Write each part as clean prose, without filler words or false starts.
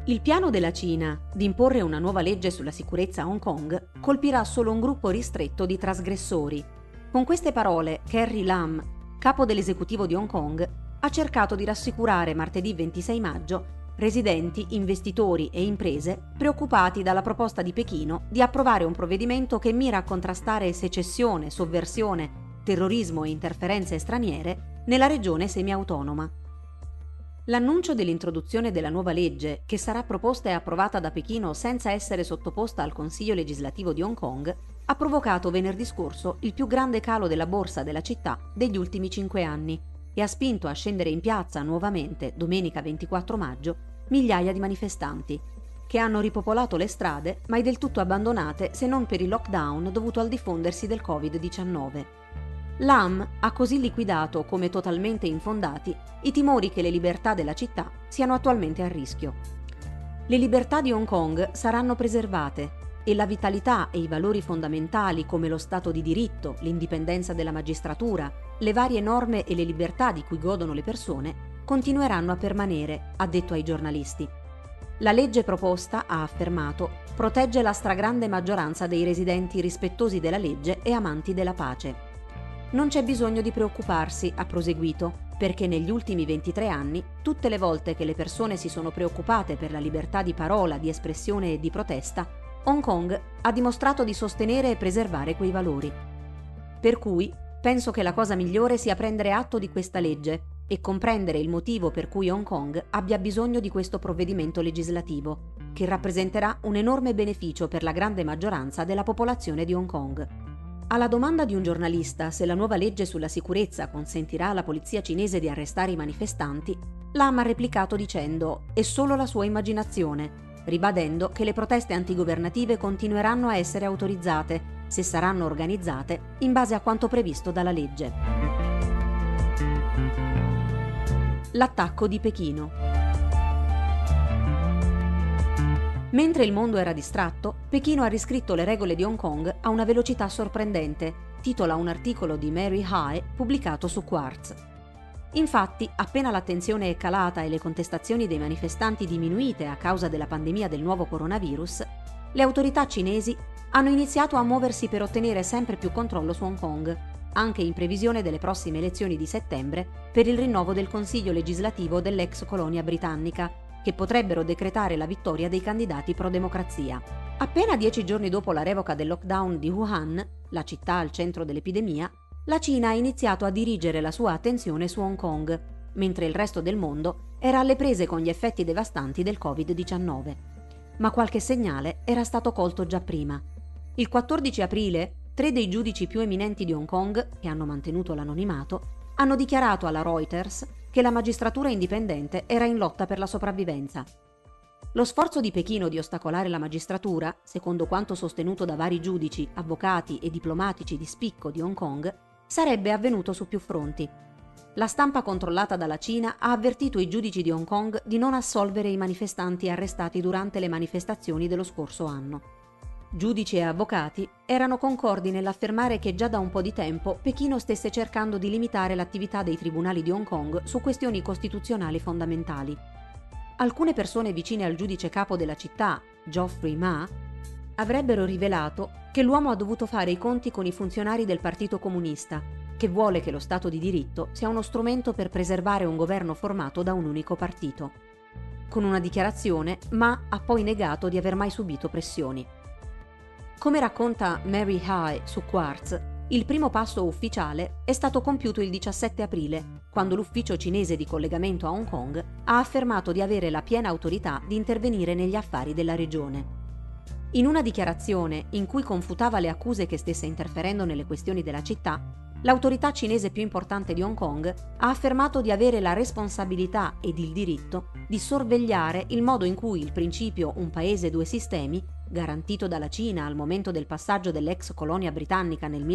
Il piano della Cina di imporre una nuova legge sulla sicurezza a Hong Kong colpirà solo un gruppo ristretto di trasgressori. Con queste parole, Carrie Lam, capo dell'esecutivo di Hong Kong, ha cercato di rassicurare martedì 26 maggio residenti, investitori e imprese preoccupati dalla proposta di Pechino di approvare un provvedimento che mira a contrastare secessione, sovversione, terrorismo e interferenze straniere nella regione semiautonoma. L'annuncio dell'introduzione della nuova legge, che sarà proposta e approvata da Pechino senza essere sottoposta al Consiglio legislativo di Hong Kong, ha provocato venerdì scorso il più grande calo della borsa della città degli ultimi 5 anni e ha spinto a scendere in piazza nuovamente, domenica 24 maggio, migliaia di manifestanti, che hanno ripopolato le strade, mai del tutto abbandonate se non per il lockdown dovuto al diffondersi del Covid-19. Lam ha così liquidato come totalmente infondati i timori che le libertà della città siano attualmente a rischio. Le libertà di Hong Kong saranno preservate e la vitalità e i valori fondamentali come lo Stato di diritto, l'indipendenza della magistratura, le varie norme e le libertà di cui godono le persone continueranno a permanere, ha detto ai giornalisti. La legge proposta, ha affermato, protegge la stragrande maggioranza dei residenti rispettosi della legge e amanti della pace. Non c'è bisogno di preoccuparsi, ha proseguito, perché negli ultimi 23 anni, tutte le volte che le persone si sono preoccupate per la libertà di parola, di espressione e di protesta, Hong Kong ha dimostrato di sostenere e preservare quei valori. Per cui, penso che la cosa migliore sia prendere atto di questa legge e comprendere il motivo per cui Hong Kong abbia bisogno di questo provvedimento legislativo, che rappresenterà un enorme beneficio per la grande maggioranza della popolazione di Hong Kong. Alla domanda di un giornalista se la nuova legge sulla sicurezza consentirà alla polizia cinese di arrestare i manifestanti, Lam ha replicato dicendo «È solo la sua immaginazione», ribadendo che le proteste antigovernative continueranno a essere autorizzate, se saranno organizzate, in base a quanto previsto dalla legge. L'attacco di Pechino. Mentre il mondo era distratto, Pechino ha riscritto le regole di Hong Kong a una velocità sorprendente, titola un articolo di Mary Hai pubblicato su Quartz. Infatti, appena l'attenzione è calata e le contestazioni dei manifestanti diminuite a causa della pandemia del nuovo coronavirus, le autorità cinesi hanno iniziato a muoversi per ottenere sempre più controllo su Hong Kong, anche in previsione delle prossime elezioni di settembre per il rinnovo del Consiglio legislativo dell'ex colonia britannica, che potrebbero decretare la vittoria dei candidati pro-democrazia. Appena 10 giorni dopo la revoca del lockdown di Wuhan, la città al centro dell'epidemia, la Cina ha iniziato a dirigere la sua attenzione su Hong Kong, mentre il resto del mondo era alle prese con gli effetti devastanti del Covid-19. Ma qualche segnale era stato colto già prima. Il 14 aprile, 3 dei giudici più eminenti di Hong Kong, che hanno mantenuto l'anonimato, hanno dichiarato alla Reuters che la magistratura indipendente era in lotta per la sopravvivenza. Lo sforzo di Pechino di ostacolare la magistratura, secondo quanto sostenuto da vari giudici, avvocati e diplomatici di spicco di Hong Kong, sarebbe avvenuto su più fronti. La stampa controllata dalla Cina ha avvertito i giudici di Hong Kong di non assolvere i manifestanti arrestati durante le manifestazioni dello scorso anno. Giudici e avvocati erano concordi nell'affermare che già da un po' di tempo Pechino stesse cercando di limitare l'attività dei tribunali di Hong Kong su questioni costituzionali fondamentali. Alcune persone vicine al giudice capo della città, Geoffrey Ma, avrebbero rivelato che l'uomo ha dovuto fare i conti con i funzionari del Partito Comunista, che vuole che lo Stato di diritto sia uno strumento per preservare un governo formato da un unico partito. Con una dichiarazione, Ma ha poi negato di aver mai subito pressioni. Come racconta Mary Hai su Quartz, il primo passo ufficiale è stato compiuto il 17 aprile, quando l'ufficio cinese di collegamento a Hong Kong ha affermato di avere la piena autorità di intervenire negli affari della regione. In una dichiarazione in cui confutava le accuse che stesse interferendo nelle questioni della città, l'autorità cinese più importante di Hong Kong ha affermato di avere la responsabilità ed il diritto di sorvegliare il modo in cui il principio un paese due sistemi, garantito dalla Cina al momento del passaggio dell'ex colonia britannica nel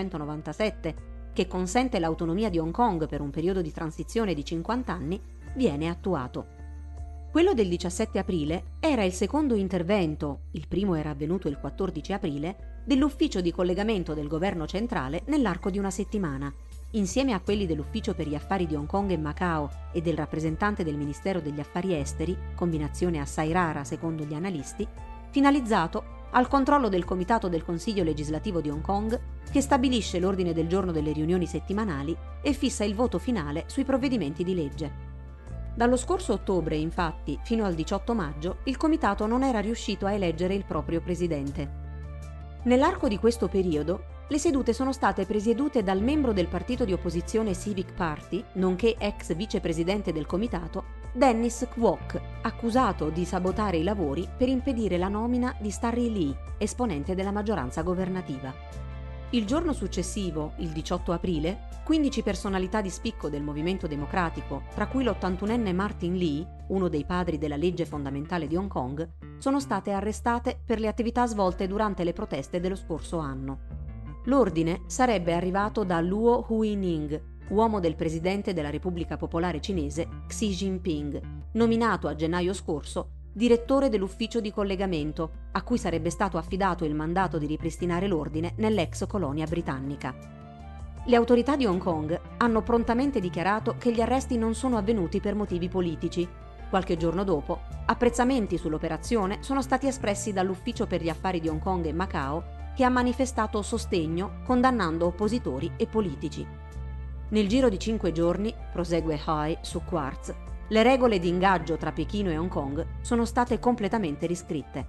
1997, che consente l'autonomia di Hong Kong per un periodo di transizione di 50 anni, viene attuato. Quello del 17 aprile era il secondo intervento, il primo era avvenuto il 14 aprile, dell'ufficio di collegamento del governo centrale nell'arco di una settimana. insieme a quelli dell'Ufficio per gli affari di Hong Kong e Macao e del rappresentante del Ministero degli Affari Esteri, combinazione assai rara secondo gli analisti, finalizzato al controllo del Comitato del Consiglio legislativo di Hong Kong, che stabilisce l'ordine del giorno delle riunioni settimanali e fissa il voto finale sui provvedimenti di legge. Dallo scorso ottobre, infatti, fino al 18 maggio, il Comitato non era riuscito a eleggere il proprio presidente. Nell'arco di questo periodo, le sedute sono state presiedute dal membro del partito di opposizione Civic Party, nonché ex vicepresidente del Comitato, Dennis Kwok, accusato di sabotare i lavori per impedire la nomina di Starry Lee, esponente della maggioranza governativa. Il giorno successivo, il 18 aprile, 15 personalità di spicco del movimento democratico, tra cui l'81enne Martin Lee, uno dei padri della legge fondamentale di Hong Kong, sono state arrestate per le attività svolte durante le proteste dello scorso anno. L'ordine sarebbe arrivato da Luo Huining, uomo del presidente della Repubblica Popolare Cinese Xi Jinping, nominato a gennaio scorso direttore dell'ufficio di collegamento, a cui sarebbe stato affidato il mandato di ripristinare l'ordine nell'ex colonia britannica. Le autorità di Hong Kong hanno prontamente dichiarato che gli arresti non sono avvenuti per motivi politici. Qualche giorno dopo, apprezzamenti sull'operazione sono stati espressi dall'Ufficio per gli affari di Hong Kong e Macao, che ha manifestato sostegno condannando oppositori e politici. Nel giro di 5 giorni, prosegue Hai su Quartz, le regole di ingaggio tra Pechino e Hong Kong sono state completamente riscritte.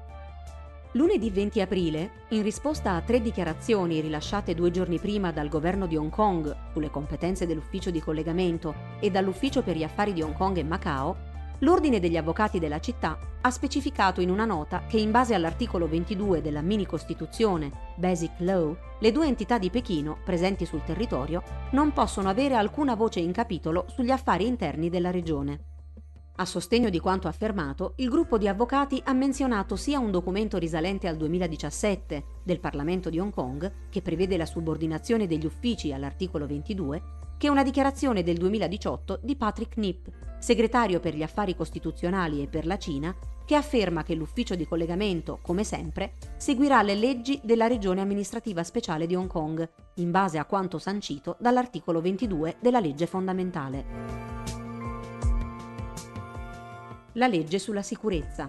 Lunedì 20 aprile, in risposta a 3 dichiarazioni rilasciate 2 giorni prima dal governo di Hong Kong sulle competenze dell'ufficio di collegamento e dall'ufficio per gli affari di Hong Kong e Macao, l'Ordine degli Avvocati della città ha specificato in una nota che in base all'articolo 22 della mini-costituzione Basic Law, le 2 entità di Pechino presenti sul territorio non possono avere alcuna voce in capitolo sugli affari interni della regione. A sostegno di quanto affermato, il gruppo di avvocati ha menzionato sia un documento risalente al 2017 del Parlamento di Hong Kong, che prevede la subordinazione degli uffici all'articolo 22, che una dichiarazione del 2018 di Patrick Nip, segretario per gli affari costituzionali e per la Cina, che afferma che l'ufficio di collegamento, come sempre, seguirà le leggi della regione amministrativa speciale di Hong Kong, in base a quanto sancito dall'articolo 22 della legge fondamentale. La legge sulla sicurezza.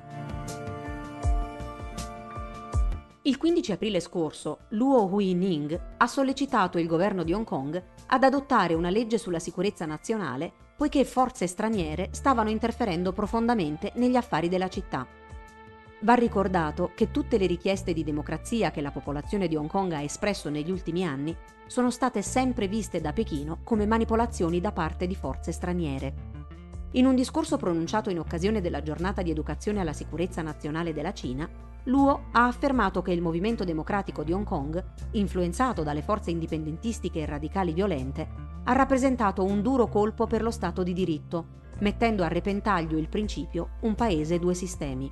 Il 15 aprile scorso, Luo Huining ha sollecitato il governo di Hong Kong ad adottare una legge sulla sicurezza nazionale, poiché forze straniere stavano interferendo profondamente negli affari della città. Va ricordato che tutte le richieste di democrazia che la popolazione di Hong Kong ha espresso negli ultimi anni sono state sempre viste da Pechino come manipolazioni da parte di forze straniere. In un discorso pronunciato in occasione della giornata di educazione alla sicurezza nazionale della Cina, Luo ha affermato che il movimento democratico di Hong Kong, influenzato dalle forze indipendentistiche e radicali violente, ha rappresentato un duro colpo per lo Stato di diritto, mettendo a repentaglio il principio un paese, 2 sistemi.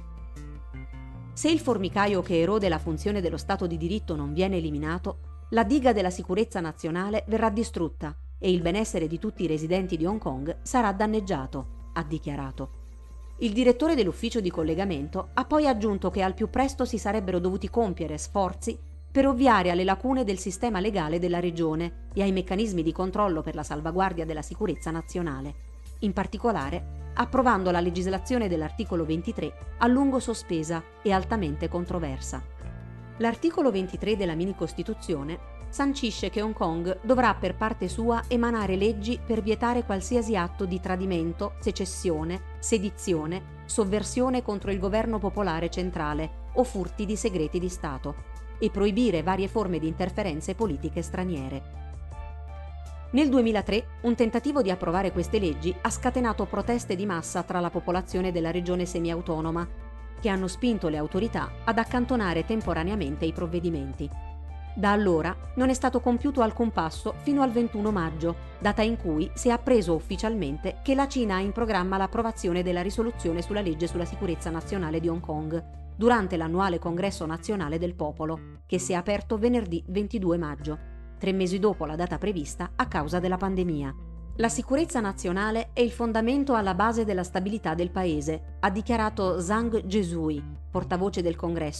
Se il formicaio che erode la funzione dello Stato di diritto non viene eliminato, la diga della sicurezza nazionale verrà distrutta e il benessere di tutti i residenti di Hong Kong sarà danneggiato, ha dichiarato. Il direttore dell'ufficio di collegamento ha poi aggiunto che al più presto si sarebbero dovuti compiere sforzi per ovviare alle lacune del sistema legale della regione e ai meccanismi di controllo per la salvaguardia della sicurezza nazionale, in particolare approvando la legislazione dell'articolo 23, a lungo sospesa e altamente controversa. L'articolo 23 della mini-costituzione sancisce che Hong Kong dovrà per parte sua emanare leggi per vietare qualsiasi atto di tradimento, secessione, sedizione, sovversione contro il governo popolare centrale o furti di segreti di Stato e proibire varie forme di interferenze politiche straniere. Nel 2003 un tentativo di approvare queste leggi ha scatenato proteste di massa tra la popolazione della regione semiautonoma, che hanno spinto le autorità ad accantonare temporaneamente i provvedimenti. Da allora non è stato compiuto alcun passo fino al 21 maggio, data in cui si è appreso ufficialmente che la Cina ha in programma l'approvazione della risoluzione sulla legge sulla sicurezza nazionale di Hong Kong, durante l'annuale Congresso Nazionale del Popolo, che si è aperto venerdì 22 maggio, 3 mesi dopo la data prevista a causa della pandemia. La sicurezza nazionale è il fondamento alla base della stabilità del paese, ha dichiarato Zhang Zhezhui, portavoce del Congresso,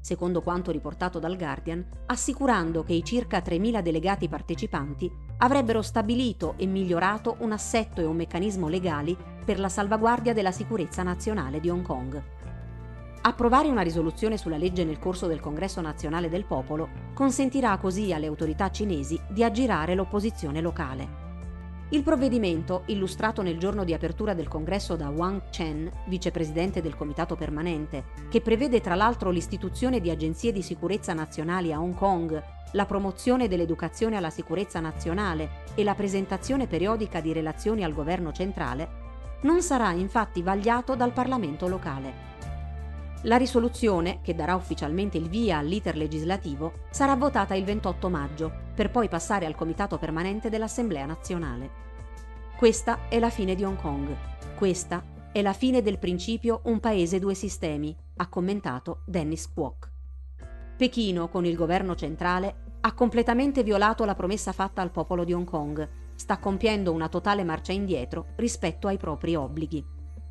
secondo quanto riportato dal Guardian, assicurando che i circa 3.000 delegati partecipanti avrebbero stabilito e migliorato un assetto e un meccanismo legali per la salvaguardia della sicurezza nazionale di Hong Kong. Approvare una risoluzione sulla legge nel corso del Congresso Nazionale del Popolo consentirà così alle autorità cinesi di aggirare l'opposizione locale. Il provvedimento, illustrato nel giorno di apertura del congresso da Wang Chen, vicepresidente del Comitato Permanente, che prevede tra l'altro l'istituzione di agenzie di sicurezza nazionali a Hong Kong, la promozione dell'educazione alla sicurezza nazionale e la presentazione periodica di relazioni al governo centrale, non sarà infatti vagliato dal Parlamento locale. La risoluzione, che darà ufficialmente il via all'iter legislativo, sarà votata il 28 maggio, per poi passare al Comitato Permanente dell'Assemblea Nazionale. Questa è la fine di Hong Kong. Questa è la fine del principio un paese due sistemi, ha commentato Dennis Kwok. Pechino, con il governo centrale, ha completamente violato la promessa fatta al popolo di Hong Kong, sta compiendo una totale marcia indietro rispetto ai propri obblighi.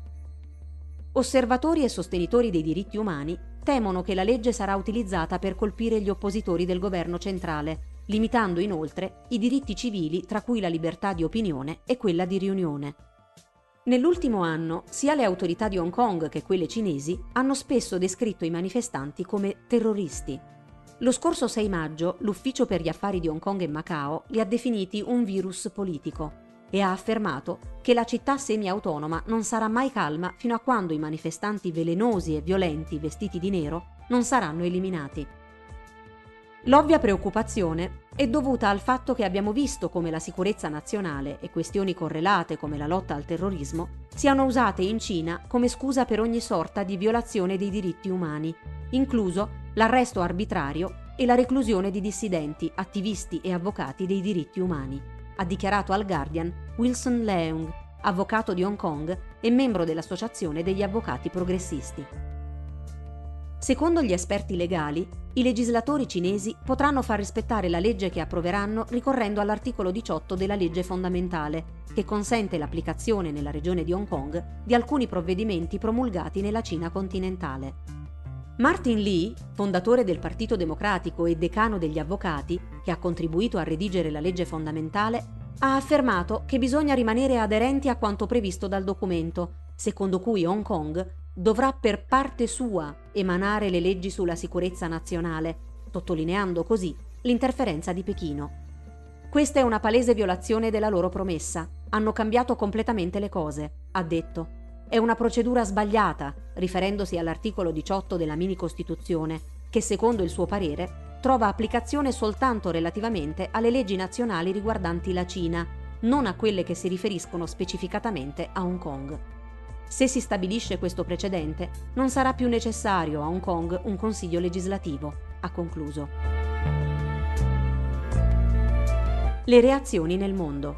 Osservatori e sostenitori dei diritti umani temono che la legge sarà utilizzata per colpire gli oppositori del governo centrale, limitando inoltre i diritti civili tra cui la libertà di opinione e quella di riunione. Nell'ultimo anno, sia le autorità di Hong Kong che quelle cinesi hanno spesso descritto i manifestanti come terroristi. Lo scorso 6 maggio, l'Ufficio per gli affari di Hong Kong e Macao li ha definiti un virus politico e ha affermato che la città semi-autonoma non sarà mai calma fino a quando i manifestanti velenosi e violenti vestiti di nero non saranno eliminati. L'ovvia preoccupazione è dovuta al fatto che abbiamo visto come la sicurezza nazionale e questioni correlate come la lotta al terrorismo siano usate in Cina come scusa per ogni sorta di violazione dei diritti umani, incluso l'arresto arbitrario e la reclusione di dissidenti, attivisti e avvocati dei diritti umani, ha dichiarato al Guardian Wilson Leung, avvocato di Hong Kong e membro dell'Associazione degli Avvocati Progressisti. Secondo gli esperti legali, i legislatori cinesi potranno far rispettare la legge che approveranno ricorrendo all'articolo 18 della legge fondamentale, che consente l'applicazione nella regione di Hong Kong di alcuni provvedimenti promulgati nella Cina continentale. Martin Lee, fondatore del Partito Democratico e decano degli avvocati, che ha contribuito a redigere la legge fondamentale, ha affermato che bisogna rimanere aderenti a quanto previsto dal documento, secondo cui Hong Kong dovrà per parte sua emanare le leggi sulla sicurezza nazionale, sottolineando così l'interferenza di Pechino. Questa è una palese violazione della loro promessa. Hanno cambiato completamente le cose, ha detto. È una procedura sbagliata, riferendosi all'articolo 18 della mini Costituzione, che secondo il suo parere trova applicazione soltanto relativamente alle leggi nazionali riguardanti la Cina, non a quelle che si riferiscono specificatamente a Hong Kong. Se si stabilisce questo precedente, non sarà più necessario a Hong Kong un consiglio legislativo, ha concluso. Le reazioni nel mondo.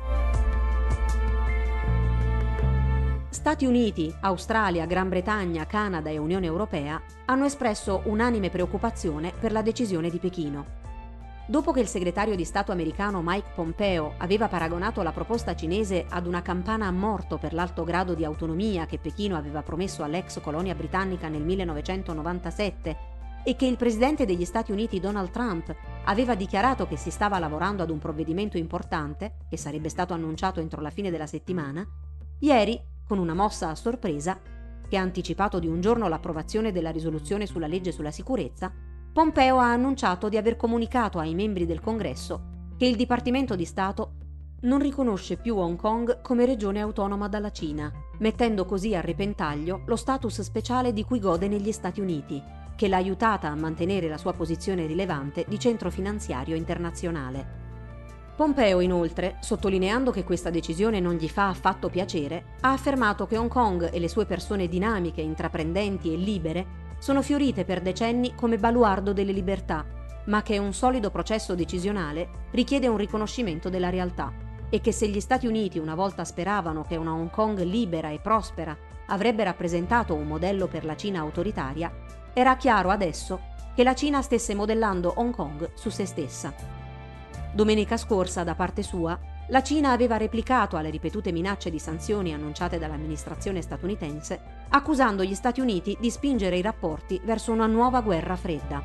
Stati Uniti, Australia, Gran Bretagna, Canada e Unione Europea hanno espresso unanime preoccupazione per la decisione di Pechino. Dopo che il segretario di Stato americano Mike Pompeo aveva paragonato la proposta cinese ad una campana a morto per l'alto grado di autonomia che Pechino aveva promesso all'ex colonia britannica nel 1997 e che il presidente degli Stati Uniti Donald Trump aveva dichiarato che si stava lavorando ad un provvedimento importante, che sarebbe stato annunciato entro la fine della settimana, ieri, con una mossa a sorpresa, che ha anticipato di un giorno l'approvazione della risoluzione sulla legge sulla sicurezza, Pompeo ha annunciato di aver comunicato ai membri del Congresso che il Dipartimento di Stato non riconosce più Hong Kong come regione autonoma dalla Cina, mettendo così a repentaglio lo status speciale di cui gode negli Stati Uniti, che l'ha aiutata a mantenere la sua posizione rilevante di centro finanziario internazionale. Pompeo, inoltre, sottolineando che questa decisione non gli fa affatto piacere, ha affermato che Hong Kong e le sue persone dinamiche, intraprendenti e libere sono fiorite per decenni come baluardo delle libertà, ma che un solido processo decisionale richiede un riconoscimento della realtà e che se gli Stati Uniti una volta speravano che una Hong Kong libera e prospera avrebbe rappresentato un modello per la Cina autoritaria, era chiaro adesso che la Cina stesse modellando Hong Kong su se stessa. Domenica scorsa, da parte sua, la Cina aveva replicato alle ripetute minacce di sanzioni annunciate dall'amministrazione statunitense, accusando gli Stati Uniti di spingere i rapporti verso una nuova guerra fredda.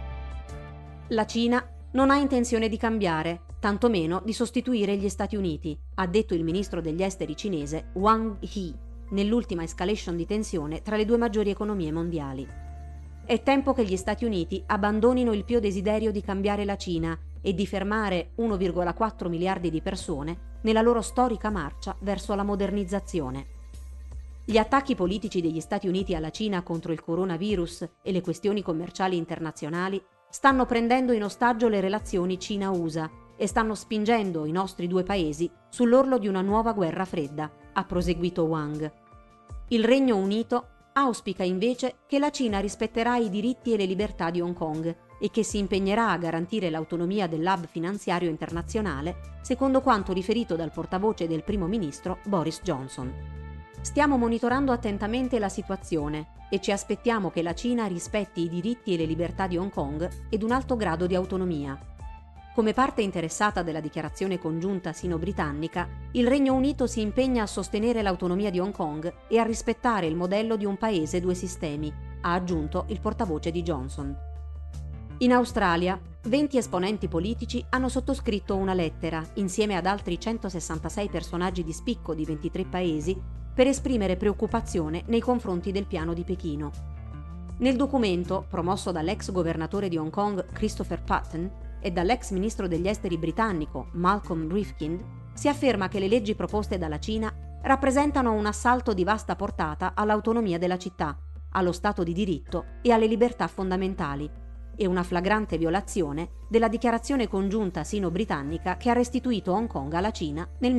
La Cina non ha intenzione di cambiare, tantomeno di sostituire gli Stati Uniti, ha detto il ministro degli esteri cinese Wang Yi, nell'ultima escalation di tensione tra le due maggiori economie mondiali. È tempo che gli Stati Uniti abbandonino il pio desiderio di cambiare la Cina e di fermare 1,4 miliardi di persone nella loro storica marcia verso la modernizzazione. Gli attacchi politici degli Stati Uniti alla Cina contro il coronavirus e le questioni commerciali internazionali stanno prendendo in ostaggio le relazioni Cina-USA e stanno spingendo i nostri due paesi sull'orlo di una nuova guerra fredda, ha proseguito Wang. Il Regno Unito auspica invece che la Cina rispetterà i diritti e le libertà di Hong Kong e che si impegnerà a garantire l'autonomia dell'hub finanziario internazionale, secondo quanto riferito dal portavoce del primo ministro Boris Johnson. Stiamo monitorando attentamente la situazione e ci aspettiamo che la Cina rispetti i diritti e le libertà di Hong Kong ed un alto grado di autonomia. Come parte interessata della dichiarazione congiunta sino-britannica, il Regno Unito si impegna a sostenere l'autonomia di Hong Kong e a rispettare il modello di un paese due sistemi, ha aggiunto il portavoce di Johnson. In Australia, 20 esponenti politici hanno sottoscritto una lettera, insieme ad altri 166 personaggi di spicco di 23 paesi, per esprimere preoccupazione nei confronti del piano di Pechino. Nel documento, promosso dall'ex governatore di Hong Kong Christopher Patten e dall'ex ministro degli esteri britannico Malcolm Rifkind, si afferma che le leggi proposte dalla Cina rappresentano un assalto di vasta portata all'autonomia della città, allo Stato di diritto e alle libertà fondamentali, e una flagrante violazione della dichiarazione congiunta sino-britannica che ha restituito Hong Kong alla Cina nel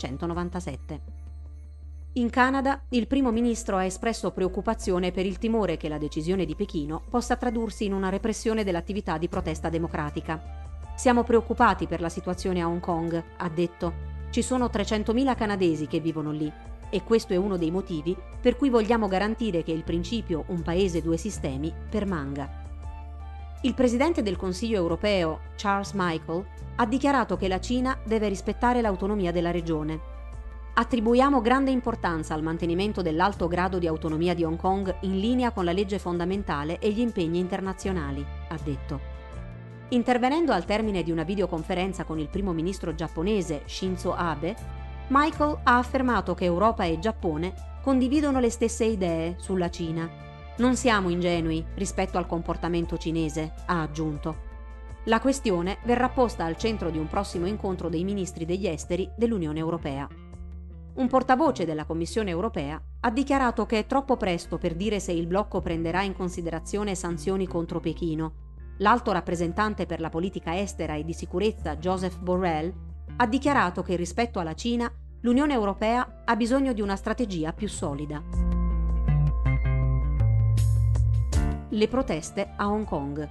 1997. In Canada, il primo ministro ha espresso preoccupazione per il timore che la decisione di Pechino possa tradursi in una repressione dell'attività di protesta democratica. Siamo preoccupati per la situazione a Hong Kong, ha detto. Ci sono 300.000 canadesi che vivono lì e questo è uno dei motivi per cui vogliamo garantire che il principio un paese due sistemi permanga. Il presidente del Consiglio europeo, Charles Michel, ha dichiarato che la Cina deve rispettare l'autonomia della regione. Attribuiamo grande importanza al mantenimento dell'alto grado di autonomia di Hong Kong in linea con la legge fondamentale e gli impegni internazionali, ha detto. Intervenendo al termine di una videoconferenza con il primo ministro giapponese Shinzo Abe, Michel ha affermato che Europa e Giappone condividono le stesse idee sulla Cina. Non siamo ingenui rispetto al comportamento cinese, ha aggiunto. La questione verrà posta al centro di un prossimo incontro dei ministri degli esteri dell'Unione Europea. Un portavoce della Commissione Europea ha dichiarato che è troppo presto per dire se il blocco prenderà in considerazione sanzioni contro Pechino. L'alto rappresentante per la politica estera e di sicurezza Joseph Borrell ha dichiarato che rispetto alla Cina l'Unione Europea ha bisogno di una strategia più solida. Le proteste a Hong Kong.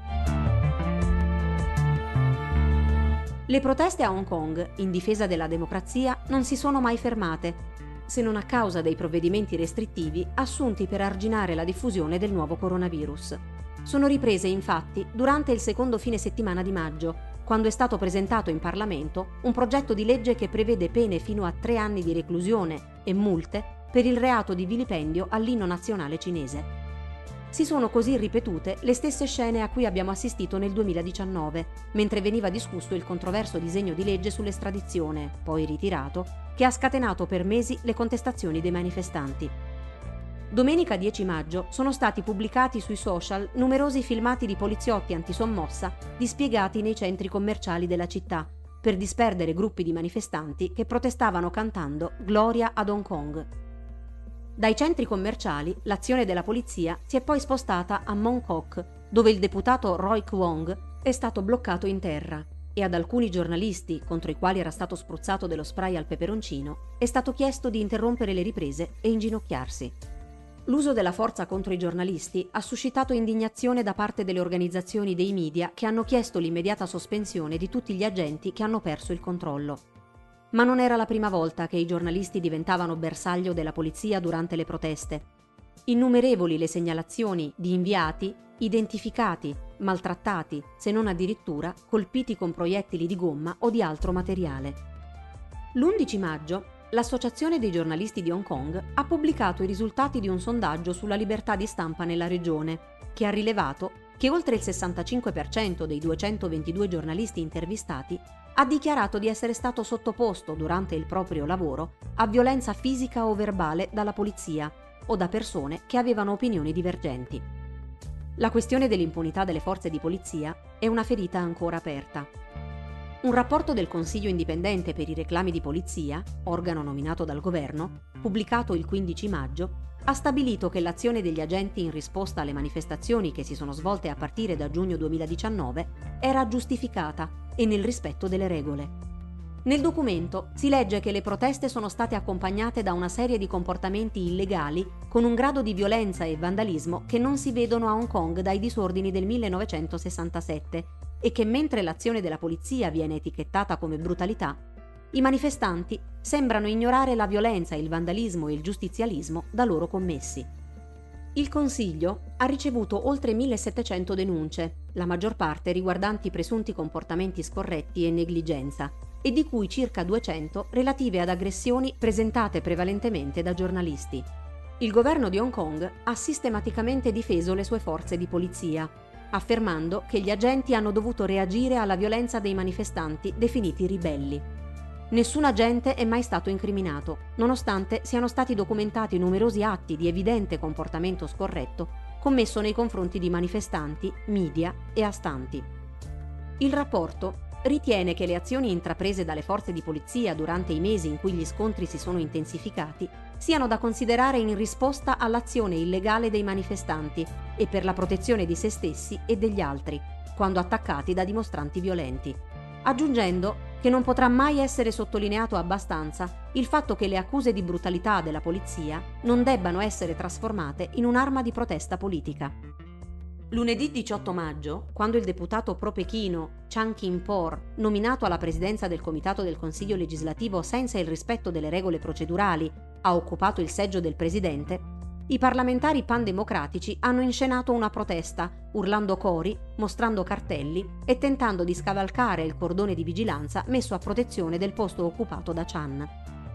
Le proteste a Hong Kong, in difesa della democrazia, non si sono mai fermate, se non a causa dei provvedimenti restrittivi assunti per arginare la diffusione del nuovo coronavirus. Sono riprese infatti durante il secondo fine settimana di maggio, quando è stato presentato in Parlamento un progetto di legge che prevede pene fino a 3 anni di reclusione e multe per il reato di vilipendio all'inno nazionale cinese. Si sono così ripetute le stesse scene a cui abbiamo assistito nel 2019, mentre veniva discusso il controverso disegno di legge sull'estradizione, poi ritirato, che ha scatenato per mesi le contestazioni dei manifestanti. Domenica 10 maggio sono stati pubblicati sui social numerosi filmati di poliziotti antisommossa dispiegati nei centri commerciali della città per disperdere gruppi di manifestanti che protestavano cantando Gloria ad Hong Kong. Dai centri commerciali l'azione della polizia si è poi spostata a Mong Kok, dove il deputato Roy Kwong è stato bloccato in terra, e ad alcuni giornalisti, contro i quali era stato spruzzato dello spray al peperoncino, è stato chiesto di interrompere le riprese e inginocchiarsi. L'uso della forza contro i giornalisti ha suscitato indignazione da parte delle organizzazioni dei media che hanno chiesto l'immediata sospensione di tutti gli agenti che hanno perso il controllo. Ma non era la prima volta che i giornalisti diventavano bersaglio della polizia durante le proteste. Innumerevoli le segnalazioni di inviati identificati, maltrattati, se non addirittura colpiti con proiettili di gomma o di altro materiale. L'11 maggio, l'Associazione dei giornalisti di Hong Kong ha pubblicato i risultati di un sondaggio sulla libertà di stampa nella regione, che ha rilevato che oltre il 65% dei 222 giornalisti intervistati ha dichiarato di essere stato sottoposto durante il proprio lavoro a violenza fisica o verbale dalla polizia o da persone che avevano opinioni divergenti. La questione dell'impunità delle forze di polizia è una ferita ancora aperta. Un rapporto del Consiglio indipendente per i reclami di polizia, organo nominato dal governo, pubblicato il 15 maggio, ha stabilito che l'azione degli agenti in risposta alle manifestazioni che si sono svolte a partire da giugno 2019 era giustificata e nel rispetto delle regole. Nel documento si legge che le proteste sono state accompagnate da una serie di comportamenti illegali con un grado di violenza e vandalismo che non si vedono a Hong Kong dai disordini del 1967 e che mentre l'azione della polizia viene etichettata come brutalità, i manifestanti sembrano ignorare la violenza, il vandalismo e il giustizialismo da loro commessi. Il Consiglio ha ricevuto oltre 1700 denunce, la maggior parte riguardanti presunti comportamenti scorretti e negligenza, e di cui circa 200 relative ad aggressioni presentate prevalentemente da giornalisti. Il governo di Hong Kong ha sistematicamente difeso le sue forze di polizia, affermando che gli agenti hanno dovuto reagire alla violenza dei manifestanti definiti ribelli. Nessun agente è mai stato incriminato, nonostante siano stati documentati numerosi atti di evidente comportamento scorretto commesso nei confronti di manifestanti, media e astanti. Il rapporto ritiene che le azioni intraprese dalle forze di polizia durante i mesi in cui gli scontri si sono intensificati siano da considerare in risposta all'azione illegale dei manifestanti e per la protezione di se stessi e degli altri, quando attaccati da dimostranti violenti, aggiungendo che non potrà mai essere sottolineato abbastanza il fatto che le accuse di brutalità della polizia non debbano essere trasformate in un'arma di protesta politica. Lunedì 18 maggio, quando il deputato pro-Pechino Chan Kin-por, nominato alla presidenza del Comitato del Consiglio legislativo senza il rispetto delle regole procedurali, ha occupato il seggio del presidente, i parlamentari pandemocratici hanno inscenato una protesta, urlando cori, mostrando cartelli e tentando di scavalcare il cordone di vigilanza messo a protezione del posto occupato da Chan.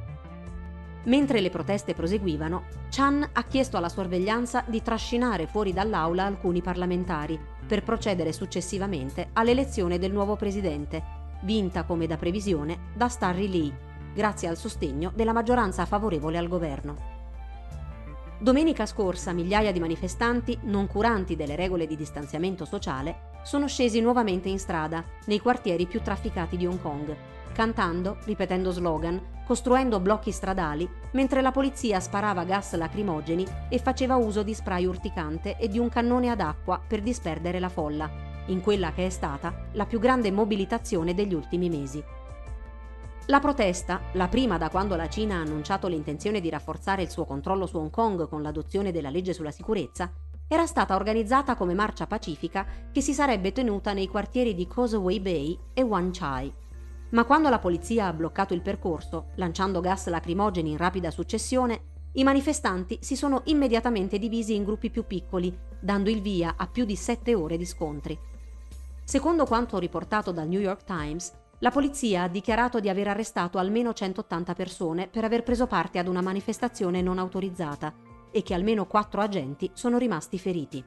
Mentre le proteste proseguivano, Chan ha chiesto alla sorveglianza di trascinare fuori dall'aula alcuni parlamentari per procedere successivamente all'elezione del nuovo presidente, vinta come da previsione da Starry Lee, grazie al sostegno della maggioranza favorevole al governo. Domenica scorsa migliaia di manifestanti, non curanti delle regole di distanziamento sociale, sono scesi nuovamente in strada nei quartieri più trafficati di Hong Kong, cantando, ripetendo slogan, costruendo blocchi stradali, mentre la polizia sparava gas lacrimogeni e faceva uso di spray urticante e di un cannone ad acqua per disperdere la folla, in quella che è stata la più grande mobilitazione degli ultimi mesi. La protesta, la prima da quando la Cina ha annunciato l'intenzione di rafforzare il suo controllo su Hong Kong con l'adozione della legge sulla sicurezza, era stata organizzata come marcia pacifica che si sarebbe tenuta nei quartieri di Causeway Bay e Wan Chai. Ma quando la polizia ha bloccato il percorso, lanciando gas lacrimogeni in rapida successione, i manifestanti si sono immediatamente divisi in gruppi più piccoli, dando il via a più di 7 ore di scontri. Secondo quanto riportato dal New York Times, la polizia ha dichiarato di aver arrestato almeno 180 persone per aver preso parte ad una manifestazione non autorizzata e che almeno 4 agenti sono rimasti feriti.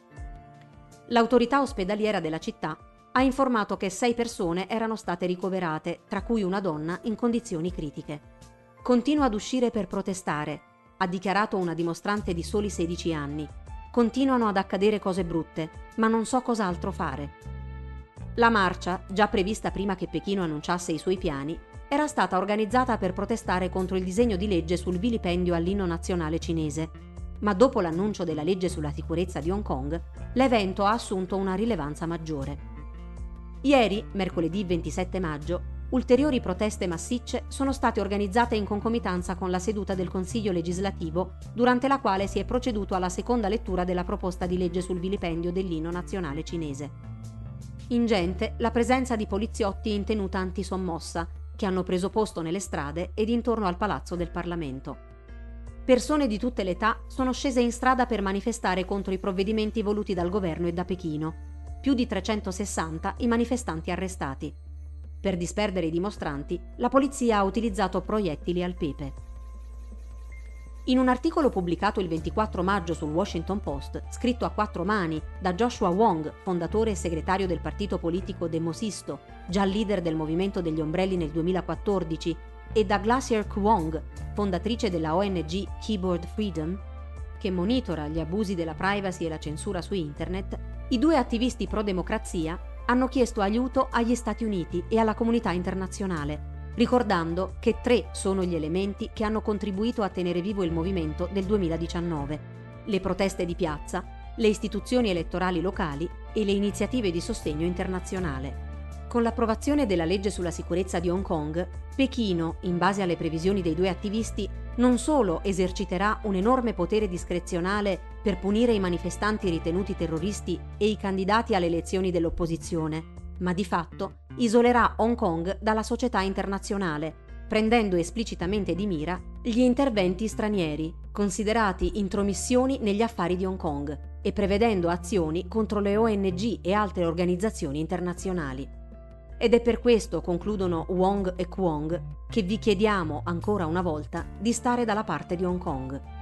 L'autorità ospedaliera della città ha informato che 6 persone erano state ricoverate, tra cui una donna in condizioni critiche. Continuo ad uscire per protestare, ha dichiarato una dimostrante di soli 16 anni. Continuano ad accadere cose brutte, ma non so cos'altro fare. La marcia, già prevista prima che Pechino annunciasse i suoi piani, era stata organizzata per protestare contro il disegno di legge sul vilipendio all'inno nazionale cinese, ma dopo l'annuncio della legge sulla sicurezza di Hong Kong, l'evento ha assunto una rilevanza maggiore. Ieri, mercoledì 27 maggio, ulteriori proteste massicce sono state organizzate in concomitanza con la seduta del Consiglio legislativo, durante la quale si è proceduto alla seconda lettura della proposta di legge sul vilipendio dell'inno nazionale cinese. Ingente la presenza di poliziotti in tenuta antisommossa, che hanno preso posto nelle strade ed intorno al palazzo del Parlamento. Persone di tutte le età sono scese in strada per manifestare contro i provvedimenti voluti dal governo e da Pechino. Più di 360 i manifestanti arrestati. Per disperdere i dimostranti, la polizia ha utilizzato proiettili al pepe. In un articolo pubblicato il 24 maggio sul Washington Post, scritto a quattro mani da Joshua Wong, fondatore e segretario del partito politico Demosisto, già leader del movimento degli ombrelli nel 2014, e da Glacier Kwong, fondatrice della ONG Keyboard Freedom, che monitora gli abusi della privacy e la censura su internet, i due attivisti pro-democrazia hanno chiesto aiuto agli Stati Uniti e alla comunità internazionale, ricordando che 3 sono gli elementi che hanno contribuito a tenere vivo il movimento del 2019: le proteste di piazza, le istituzioni elettorali locali e le iniziative di sostegno internazionale. Con l'approvazione della legge sulla sicurezza di Hong Kong, Pechino, in base alle previsioni dei due attivisti, non solo eserciterà un enorme potere discrezionale per punire i manifestanti ritenuti terroristi e i candidati alle elezioni dell'opposizione, ma di fatto isolerà Hong Kong dalla società internazionale, prendendo esplicitamente di mira gli interventi stranieri, considerati intromissioni negli affari di Hong Kong, e prevedendo azioni contro le ONG e altre organizzazioni internazionali. Ed è per questo, concludono Wong e Kwong, che vi chiediamo ancora una volta di stare dalla parte di Hong Kong.